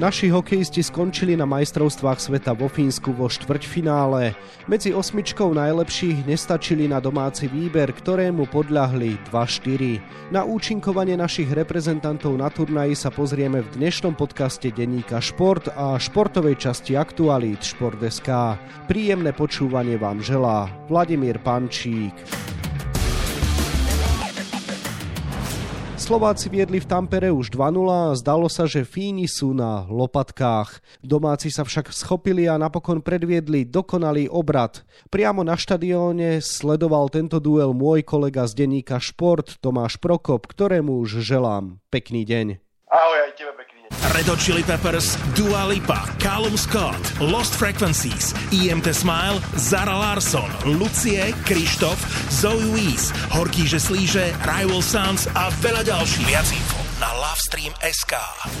Naši hokejisti skončili na majstrovstvách sveta vo Fínsku vo štvrťfinále. Medzi osmičkou najlepších nestačili na domáci výber, ktorému podľahli 2-4. Na účinkovanie našich reprezentantov na turnaji sa pozrieme v dnešnom podcaste denníka Šport a športovej časti aktualít Šport.sk. Príjemné počúvanie vám želá Vladimír Pančík. Slováci viedli v Tampere už 2-0 a zdalo sa, že Fíni sú na lopatkách. Domáci sa však schopili a napokon predviedli dokonalý obrat. Priamo na štadióne sledoval tento duel môj kolega z denníka Šport Tomáš Prokop, ktorému už želám pekný deň. Ahoj, aj tebe pekný deň. Red Hot Chili Peppers, Dua Lipa, Callum Scott, Lost Frequencies, EMT Smile, Zara Larsson, Lucie, Krištof, Zoe Wees, Horký že slíže, Rival Sons a veľa ďalších. Viac info na Lovestream.sk.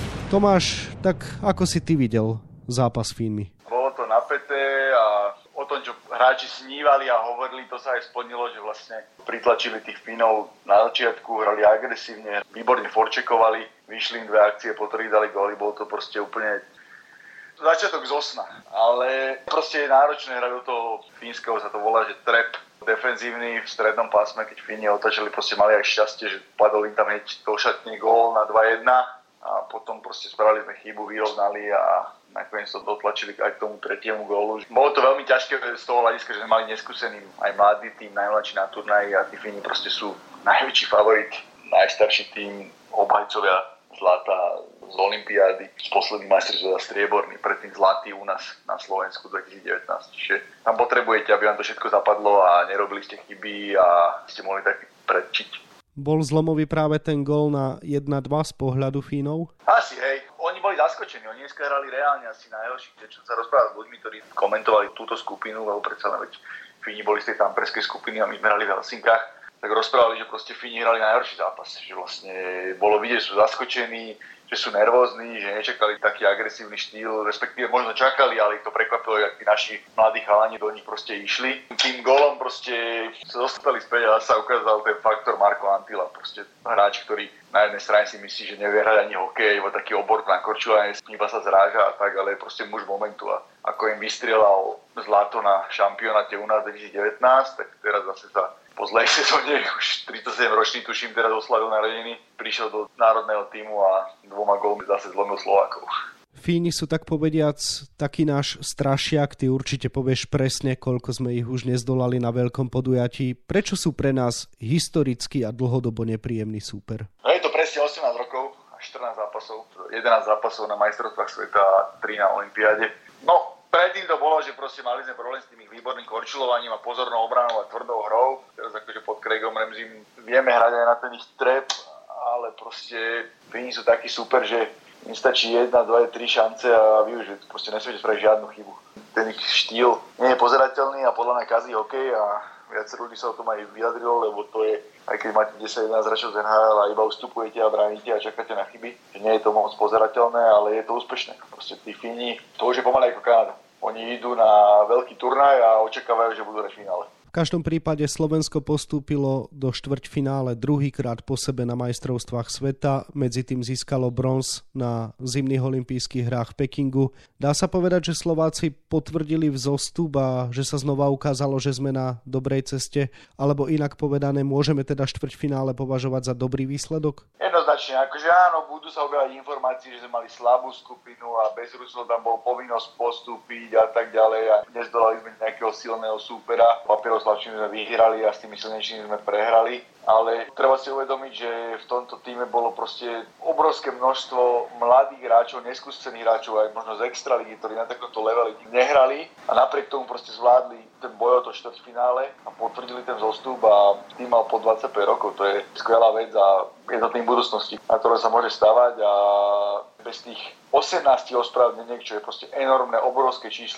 Tomáš, tak ako si ty videl zápas s Fínmi? Bolo to napäté a o tom, čo hráči snívali a hovorili, to sa aj splnilo, že vlastne pritlačili tých Fínov na začiatku, hrali agresívne, výborne forčekovali, vyšli im 2 akcie, po ktorých dali góly, bolo to proste úplne začiatok z osna. Ale proste je náročné hrať do toho fínskeho, sa to volá, že trap defenzívny v strednom pásme, keď Fíni otočili, proste mali aj šťastie, že padol im tam hneď do šatne gól na 2-1 a potom proste spravili sme chybu, vyrovnali a nakoniec to dotlačili aj k tomu 3. gólu. Bolo to veľmi ťažké z toho hľadiska, že sme mali neskúsený aj mladý tým, najmladší na turnaji a tí Fíni proste sú najväčší favorit, najstarší tým, obhajcovia zlata z olympiády, z posledných majstrovstiev strieborný, predtým zlatý u nás na Slovensku 2019. Čiže tam potrebujete, aby vám to všetko zapadlo a nerobili ste chyby a ste mohli tak predčiť. Bol zlomový práve ten gól na 1-2 z pohľadu Fínov? Asi, hej. Oni boli zaskočení, oni dneska hrali reálne asi najhorší. Čo sa rozprávali s ľuďmi, ktorí komentovali túto skupinu, lebo predsa len veď Fíni boli z tej tamperskej skupiny a my sme hrali v Helsinkách, tak rozprávali, že proste Fíni hrali najhorší zápas. Že vlastne bolo vidieť, že sú zaskočení, že sú nervózni, že nečakali taký agresívny štýl, respektíve možno čakali, ale ich to prekvapilo, jak tí naši mladí chalani do nich proste išli. Tým gólom proste sa dostali späť a sa ukázal ten faktor Marko Antila, proste hráč, ktorý na jednej strane si myslí, že nevie hrať ani hokej, iba taký obor na korčulanie, iba sa zráža a tak, ale je proste muž momentu a ako im vystrieľal zlato na šampionáte u nás 2019, tak teraz zase sa po zlej sezóne, už 37-ročný tuším, teraz oslavil narodeniny, prišiel do národného tímu a 2 gólmi zase zlomil Slovákov. Fíni sú tak povediac taký náš strašiak, ty určite povieš presne, koľko sme ich už nezdolali na veľkom podujatí. Prečo sú pre nás historicky a dlhodobo nepríjemný súper? No je to presne 18 rokov a 14 zápasov, 11 zápasov na majstrovstvách sveta a 3 na olympiáde. No, predtým to bolo, že proste mali sme problém s tým výborným korčulovaním a pozornou obranou a tvrdou hrou. Teraz akože pod Craigom Ramseym vieme hrať aj na ten ich trap, ale proste Fíni sú takí super, že im stačí 1, 2, 3 šance a využiť. Proste nesmiete spraviť žiadnu chybu. Ten ich štýl nie je pozerateľný a podľa mňa kazí hokej a viacero ľudí sa o tom aj vyjadrilo, lebo to je, aj keď máte 10-11 hráčov z NHL a iba ustupujete a bránite a čakáte na chyby, že nie je to moc pozerateľné, ale je to úspešné. Proste tí Fíni, to už je pomaly ako Kanada. Oni idú na veľký turnaj a očakávajú, že budú hrať v finále. V každom prípade Slovensko postúpilo do štvrťfinále druhýkrát po sebe na majstrovstvách sveta, medzi tým získalo bronz na zimných olympijských hrách v Pekingu. Dá sa povedať, že Slováci potvrdili vzostup a že sa znova ukázalo, že sme na dobrej ceste, alebo inak povedané, môžeme teda štvrťfinále považovať za dobrý výsledok? Jednoznačne, akože áno, budú sa objavať informácie, že sme mali slabú skupinu a bez Rusov tam bol povinnosť postúpiť a tak ďalej a nezdolali sme nejakého silného súpera. Slavčím sme vyhrali a s tými silnejšími sme prehrali, ale treba si uvedomiť, že v tomto týme bolo proste obrovské množstvo mladých hráčov, neskúsených hráčov, aj možno z extraligy, ktorí na takomto leveli nehrali a napriek tomu proste zvládli ten boj o to štvrťfinále a potvrdili ten zostup a tým mal po 25 rokov. To je skvelá vec a je to tým budúcnosti, na ktoré sa môže stavať a bez tých 18 ospravedlneniek, čo je proste enormné, obrovské číslo,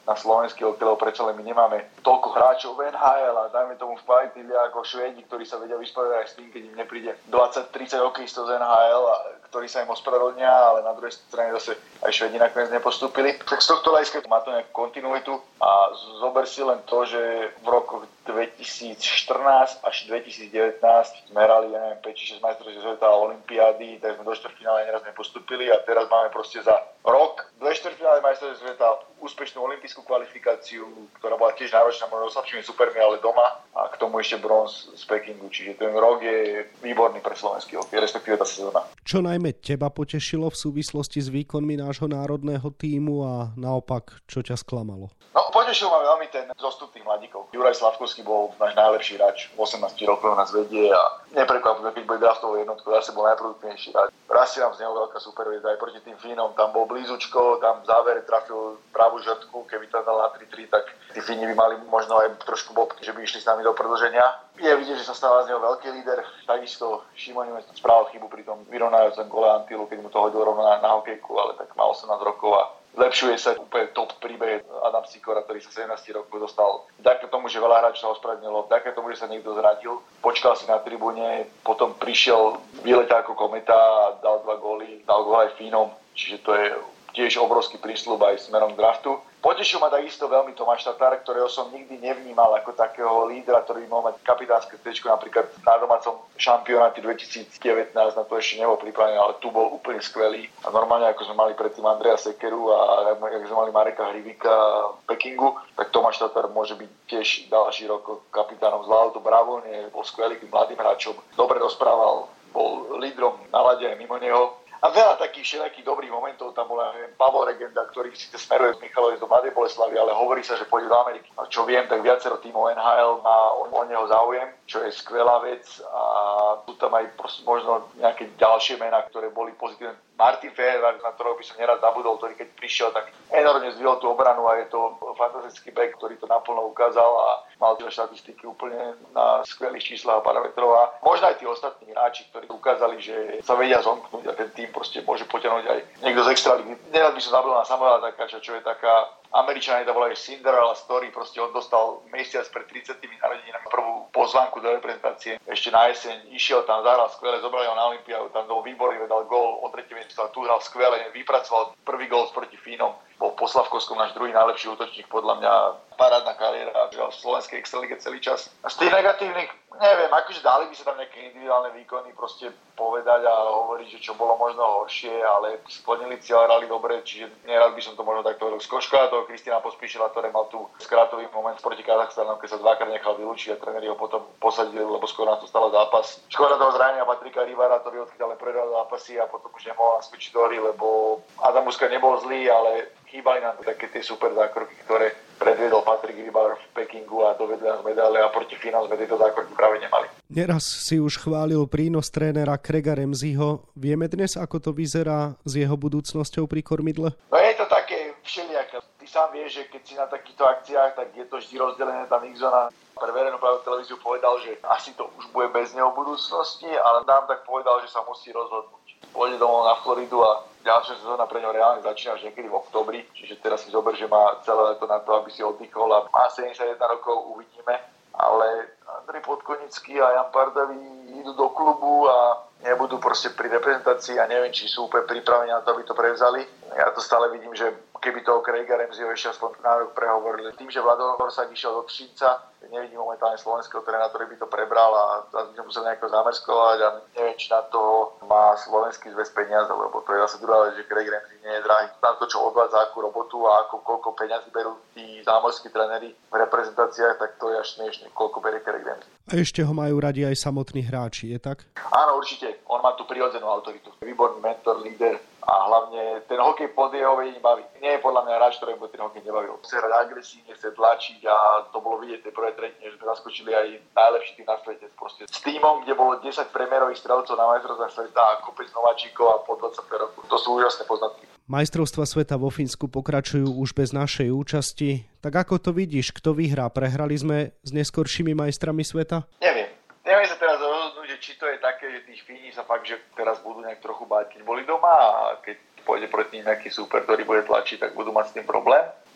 na slovenský hokej, lebo predsa len my nemáme toľko hráčov v NHL a dajme tomu v kvality ako Švédi, ktorí sa vedia vysporiadať aj s tým, keď im nepríde 20-30 hokejistov z NHL, ktorí sa im ospravedlnia, ale na druhej strane zase aj Švédi nakoniec nepostúpili. Tak z tohto hľadiska má to nejakú kontinuitu a zober si len to, že v rokoch 2014 až 2019 sme hrali, 5-6 majstrovstiev sveta a olympiády, tak sme do štvrťfinále neraz nepostúpili a teraz máme proste za rok 2 štvrťfinále majstrovstiev sveta, úspešnú olympijskú kvalifikáciu, ktorá bola tiež náročná, možno slabšími supermi, ale doma a k tomu ešte bronz z Pekingu, čiže ten rok je výborný pre slovenský hokej, respektíve tá sezóna. Čo najmä teba potešilo v súvislosti s výkonmi nášho národného tímu a naopak, čo ťa sklamalo? No, potešil ma veľmi ten zostup tých mladíkov. Juraj Slavkovský bol náš najlepší hráč, 18 rokov nás vedie a neprekvapuje, keď bol draftovou jednotkou, zase bol najproduktívnejší hráč. Raz si nám z neho veľká superviezda aj proti tým Fínom, tam bol blízučko, tam v závere trafil pravú žrtku, keby to dal na 3-3, tak tí Fíni by mali možno aj trošku bobky, že by išli s nami do predĺženia. Je vidieť, že sa stáva z neho veľký líder, takisto Šimon Nemec spravil chybu pri tom vyrovnávajúcom gole Antilu, keď mu to hodil rovno na hokejku, ale tak má 18 rokov a zlepšuje sa úplne top príbeh Adam Sikora, ktorý sa 17 rokov dostal. Vďaka tomu, že veľa hráčov sa ospravedlnilo, vďaka tomu, že sa niekto zradil, počkal si na tribúne, potom prišiel, vyletel ako kometa a dal 2 góly, dal gól aj Fínom, čiže to je tiež obrovský prísľub aj smerom k draftu. Potešil ma takisto veľmi Tomáš Tatar, ktorého som nikdy nevnímal ako takého lídra, ktorý by mal mať kapitánske téčko napríklad na domácom šampionáte 2019, na to ešte nebol pripravený, ale tu bol úplne skvelý. A normálne ako sme mali predtým Andreja Sekeru a ako sme mali Mareka Hrivika v Pekingu, tak Tomáš Tatar môže byť tiež ďalší rok kapitánom, zvládol to bravolne, bol skvelý k mladým hráčom, dobre rozprával, bol lídrom na ľade aj mimo neho. A veľa takých všetkých dobrých momentov, tam bola Pavol Regenda, ktorý síce smeruje z Michaloviec do Mladej Boleslavy, ale hovorí sa, že pôjde do Ameriky. A čo viem, tak viacero tímov NHL má o neho záujem, čo je skvelá vec a sú tam aj možno nejaké ďalšie mená, ktoré boli pozitívne. Martin Fehervar, na ktorého by som nerad zabudol, ktorý keď prišiel, tak enormne zdvihol tú obranu a je to fantastický back, ktorý to naplno ukázal a mal tie štatistiky úplne na skvelých číslach a parametrov. A možno aj tí ostatní hráči, ktorí ukázali, že sa vedia zomknúť a ten tým proste môže potiahnuť aj niekto z extraligy. Nerad by som zabudol na Samuela Takáča, čo je taká Američania to volajú Cinderella story, proste on dostal mesiac pred 30 narodeninami prvú pozvánku do reprezentácie. Ešte na jeseň išiel tam, zahral skvele, zobrali ho na olympiádu, tam bol výborný, dal gól, o 3. miesto tu hral skvele, vypracoval prvý gól proti Fínom. Bol po Slavkovskom náš druhý najlepší útočník, podľa mňa parádna kariéra, že v slovenskej extralige celý čas. A z tých negatívnych, neviem, akože dali by sa tam nejaké individuálne výkony proste povedať a hovoriť, že čo bolo možno horšie, ale splnili cieľ, hrali dobre, čiže nerad by som to možno takto vedel. Skoška toho Kristina Pospíšila, ktorý mal tu skrátový moment proti Kazachstanu, keď sa dvakrát nechal vylúčiť a tréneri ho potom posadili, lebo skoro nás to stalo zápas. Škoda toho zranenia Patrika Rivara, ktorý odchytal len prvé zápasy a potom už nemohol naskočiť do hry, lebo Adam Muska nebol zlý, ale chýbali nám také tie super zákroky, ktoré predviedol Patrik Rybar v Pekingu a dovedli nás medále a proti Fínom sme tieto zákroky práve nemali. Neraz si už chválil prínos trénera Craiga Ramseyho. Vieme dnes, ako to vyzerá s jeho budúcnosťou pri kormidle? No je to také všelijaké. Ty sám vieš, že keď si na takýchto akciách, tak je to vždy rozdelené tá mixzona. Pre verejnú pravú televíziu povedal, že asi to už bude bez neho v budúcnosti, ale nám tak povedal, že sa musí rozhodnúť. Pôjde domov na Floridu a ďalšia sezóna pre ňo reálne začína už niekedy v októbri, čiže teraz si zober, že má celé leto na to, aby si oddychol a má 71 rokov, uvidíme, ale Andrej Podkonický a Jan Pardaví idú do klubu a nebudú proste pri reprezentácii a neviem, či sú úplne pripravení na to, aby to prevzali. Ja to stále vidím, že keby toho Craiga Ramseyho ešte aspoň na rok prehovorili. Tým, že Vlado Horsak išiel do Třinca, nevidím momentálne slovenského trénera, ktorý by to prebral a zase by som musel nejako zamerskovať a neviem, či na to má slovenský zväz peniaze, lebo to je zase druhá vec, že Craig Ramsey nie je drahý. Na to, čo odvádza, akú robotu a koľko peňazí berú tí zámorskí tréneri v reprezentáciách, tak to je až smiešne, koľko berie Craig Ramsey. A ešte ho majú radi aj samotní hráči, je tak? Áno, určite. On má tú prirodzenú autoritu. Výborný mentor, líder a hlavne ten hokej pod jeho vedením baví. Nie je podľa mňa hráč, ktorý by ten hokej nebavil. Chce hrať agresívne, chce tlačiť a to bolo vidieť tej prvej tretine, že sme zaskočili aj najlepší tým na svete. Proste s týmom, kde bolo 10 premiérových strelcov na majstrovstvách sveta a kopec nováčikov a po 20 rokov. To sú úžasné poznatky. Majstrovstvá sveta vo Fínsku pokračujú už bez našej účasti. Tak ako to vidíš, kto vyhrá? Prehrali sme s neskoršími majstrami sveta? Neviem sa teraz rozhodnúť, že či to je také, že tých Fíni sa fakt, že teraz budú nejak trochu báť, keď boli doma a keď pôjde proti ním nejaký super, ktorý bude tlačiť, tak budú mať s tým problém.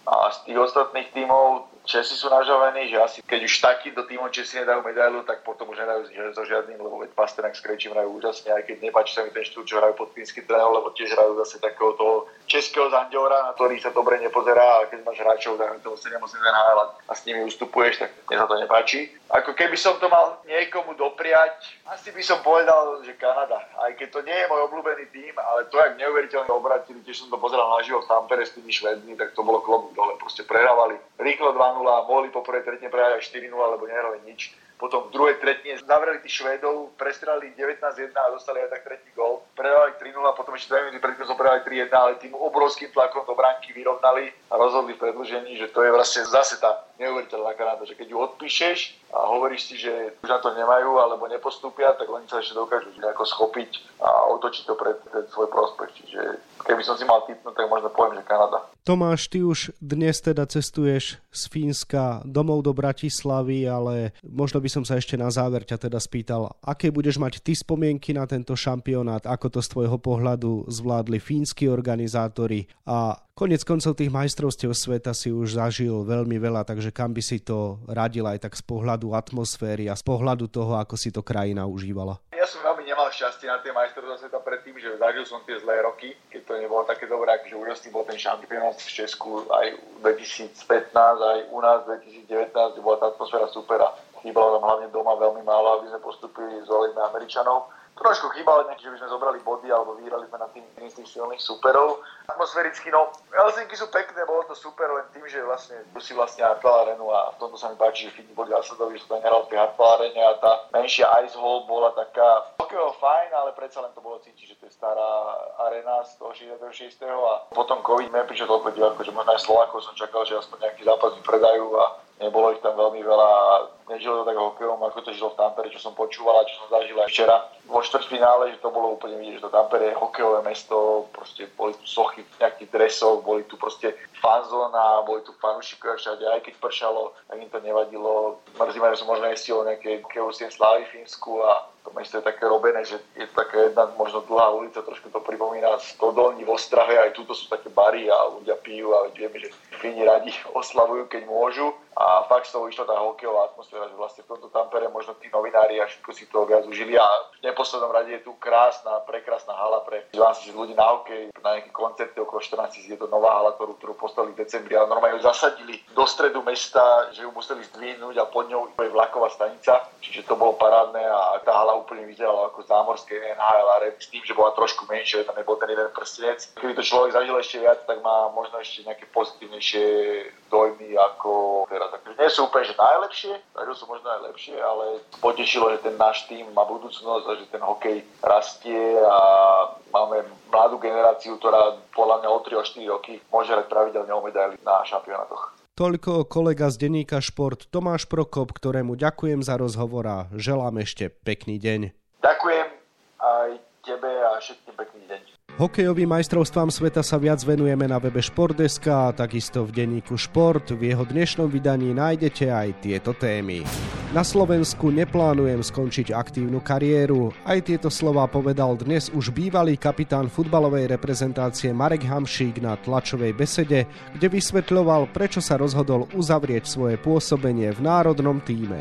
A z tých ostatných tímov Česi sú nažavení, že asi keď už takýmto tímom Česi nedajú medailu, tak potom už nedajú so žiadnym, lebo veď Pasternak s Krejčím hrajú úžasne, aj keď nepáči sa mi ten štýl, čo hrajú pod fínsky tréner, lebo tiež hrajú zase takého toho českého zandiora, na ktorý sa dobre nepozerá, a keď máš hráčov, dajme toho 7-8 NHL a s nimi ustupuješ, tak mne sa to nepáči. Ako keby som to mal niekomu dopriať, asi by som povedal, že Kanada. Aj keď to nie je môj obľúbený tím, ale to, jak neuveriteľne obratili, tiež som to pozeral naživo v Tampere s tými Švédmi, tak to bolo klobúk dole. Proste prehrávali rýchlo 2-0 a mohli po prvej tretine prehrať aj 4-0, alebo nehrali nič. Potom v druhej tretine zavreli tých Švédov, prestrelali 19-1 a dostali aj tak tretí gól. Prehrávali 3-0 a potom ešte 2 minúty predtým prehrávali 3-1, ale tým obrovským tlakom do bránky vyrovnali a rozhodli v predĺžení, že to je vlastne zase tá neuveriteľná Kanada, že keď ju odpíšeš a hovoríš si, že už na to nemajú alebo nepostúpia, tak oni sa ešte dokážu ako schopiť a otočiť to pre ten svoj prospech. Čiže keby som si mal tipnúť, tak možno poviem, že Kanada. Tomáš, ty už dnes teda cestuješ z Fínska domov do Bratislavy, ale možno by som sa ešte na záver ťa teda spýtal, aké budeš mať ty spomienky na tento šampionát, ako to z tvojho pohľadu zvládli fínsky organizátori a koniec koncov tých majstrovstiev sveta si už zažil veľmi veľa, takže kam by si to radil aj tak z pohľadu atmosféry a z pohľadu toho, ako si to krajina užívala? Ja som veľmi nemal šťastie na tie majstrovstvá sveta predtým, že zažil som tie zlé roky, keď to nebolo také dobré, akože úžasný bol ten šampionát v Česku aj 2015, aj u nás 2019, kde bola tá atmosféra super a chýbalo tam hlavne doma veľmi málo, aby sme postupili, zvolili sme Američanov. Trošku chýbalo nejaké, že by sme zobrali body alebo vyhrali sme na tým z tých silných superov. Atmosféricky, no, Helsinky sú pekné, bolo to super len tým, že vlastne si vlastne Hartwall Arenu a v tomto sa mi páči, že Fíni boli zásadoví, že sa tam nehral v tej Hartwall Arene a tá menšia Ice Hall bola taká hokejovo fajn, ale predsa len to bolo cítiť, že to je stará arena z toho 66. a potom COVID mi prišiel toľko divákov, že možno aj Slovákov som čakal, že aspoň nejaký zápas vypredajú a nebolo ich tam veľmi veľa, nežilo to tak hokejom, ako to žilo v Tampere, čo som počúval a čo som zažil aj včera vo štvrťfinále, že to bolo úplne vidieť, že to Tampere je hokejové mesto, proste boli tu sochy v nejakých dresoch, boli tu proste fanzóna, boli tu fanúšikovia všade, aj keď pršalo, tak im to nevadilo. Mrzí ma, že som možno nestihol nejaké hokejovské slávy v Fínsku a to mesto je také robené, že je to taká jedna možno dlhá ulica, trošku to pripomína Stodolní v Ostrave, aj túto sú také bary a ľudia pijú a vieme, že Fíni radi oslavujú, keď môžu. A fakt z toho išla tá hokejová atmosféra, že vlastne v tomto Tampere možno tí novinári a všetko si toho viac užili a v neposlednom rade je tu prekrásna hala pre 12 ľudí na hokej, na nejaké koncerty okolo 14 000, je to nová hala, ktorú postavili v decembri a normálne ju zasadili do stredu mesta, že ju museli zdvihnúť a pod ňou je vlaková stanica, čiže to bolo parádne a tá hala úplne vyzerala ako zámorské NHL areny s tým, že bola trošku menšia, tam nebol ten jeden prstenec. Keby to človek zažil ešte viac, tak má možno ešte nejaké pozitívnejšie dojmy ako teraz. Takže nie sú úplne že najlepšie, zažil som možno aj lepšie, ale potešilo, že ten náš tým má budúcnosť a že ten hokej rastie a máme mladú generáciu, ktorá podľa mňa o 3-4 roky môže hrať pravidelne o medaily na šampionátoch. Toľko kolega z denníka Šport Tomáš Prokop, ktorému ďakujem za rozhovor a želám ešte pekný deň. Ďakujem aj tebe a všetkým pekný deň. Hokejovým majstrovstvám sveta sa viac venujeme na webe Šport.sk a takisto v denníku Šport. V jeho dnešnom vydaní nájdete aj tieto témy. Na Slovensku neplánujem skončiť aktívnu kariéru. Aj tieto slová povedal dnes už bývalý kapitán futbalovej reprezentácie Marek Hamšík na tlačovej besede, kde vysvetľoval, prečo sa rozhodol uzavrieť svoje pôsobenie v národnom tíme.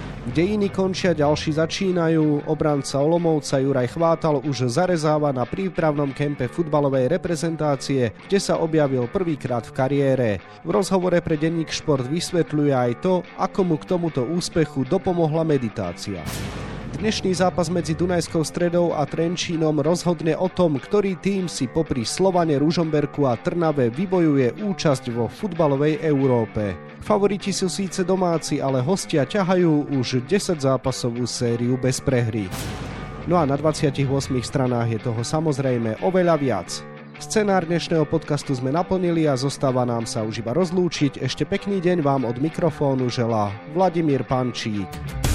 Kde iní končia, ďalší začínajú. Obranca Olomouca Juraj Chvátal už zarezáva na prípravnom kempe futbalovej reprezentácie, kde sa objavil prvýkrát v kariére. V rozhovore pre denník Šport vysvetľuje aj to, ako mu k tomuto úspechu dopomohla meditácia. Dnešný zápas medzi Dunajskou Stredou a Trenčínom rozhodne o tom, ktorý tím si popri Slovane, Ružomberku a Trnave vybojuje účasť vo futbalovej Európe. Favoriti sú síce domáci, ale hostia ťahajú už 10-zápasovú sériu bez prehry. No a na 28 stranách je toho samozrejme oveľa viac. Scenár dnešného podcastu sme naplnili a zostáva nám sa už iba rozlúčiť. Ešte pekný deň vám od mikrofónu želá Vladimír Pančík.